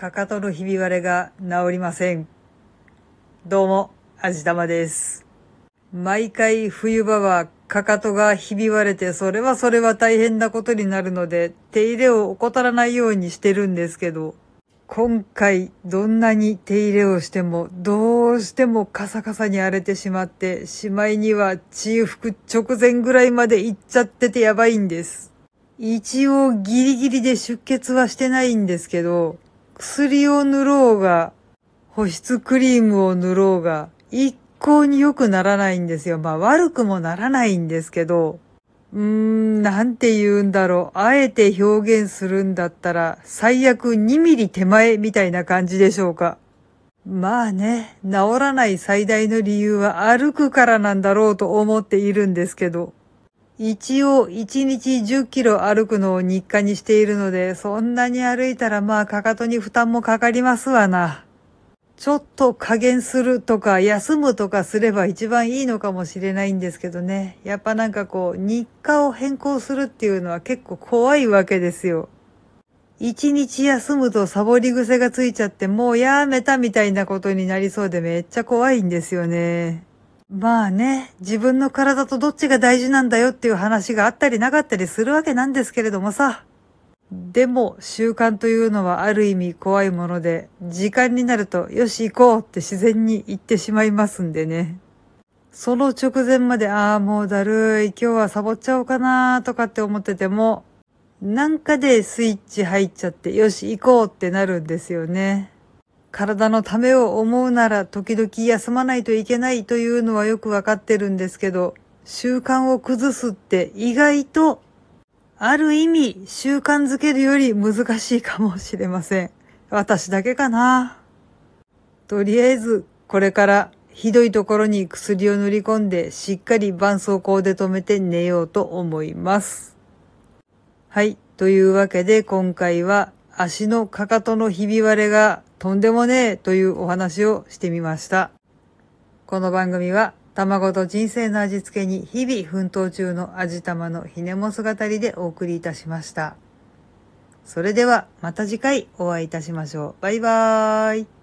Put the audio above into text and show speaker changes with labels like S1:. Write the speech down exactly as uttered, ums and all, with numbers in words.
S1: かかとのひび割れが治りません。どうも、あじたまです。毎回冬場はかかとがひび割れて、それはそれは大変なことになるので、手入れを怠らないようにしてるんですけど、今回どんなに手入れをしても、どうしてもカサカサに荒れてしまって、しまいには血を吹く直前ぐらいまでいっちゃっててやばいんです。一応ギリギリで出血はしてないんですけど、薬を塗ろうが、保湿クリームを塗ろうが、一向に良くならないんですよ。まあ悪くもならないんですけど、うーん、なんて言うんだろう。あえて表現するんだったら、最悪にミリ手前みたいな感じでしょうか。まあね、治らない最大の理由は歩くからなんだろうと思っているんですけど、一応いちにちじゅっキロ歩くのを日課にしているので、そんなに歩いたらまあかかとに負担もかかりますわな。ちょっと加減するとか休むとかすれば一番いいのかもしれないんですけどね。やっぱなんかこう日課を変更するっていうのは結構怖いわけですよ。一日休むとサボり癖がついちゃってもうやめたみたいなことになりそうでめっちゃ怖いんですよね。まあね、自分の体とどっちが大事なんだよっていう話があったりなかったりするわけなんですけれどもさ。でも習慣というのはある意味怖いもので、時間になるとよし行こうって自然に言ってしまいますんでね。その直前までああもうだるい、今日はサボっちゃおうかなとかって思ってても、なんかでスイッチ入っちゃってよし行こうってなるんですよね。体のためを思うなら時々休まないといけないというのはよくわかってるんですけど、習慣を崩すって意外と、ある意味習慣づけるより難しいかもしれません。私だけかな。とりあえずこれからひどいところに薬を塗り込んでしっかり絆創膏で留めて寝ようと思います。はい。というわけで今回は足のかかとのひび割れがとんでもねえというお話をしてみました。この番組は卵と人生の味付けに日々奮闘中の味玉のひねもす語りでお送りいたしました。それではまた次回お会いいたしましょう。バイバーイ。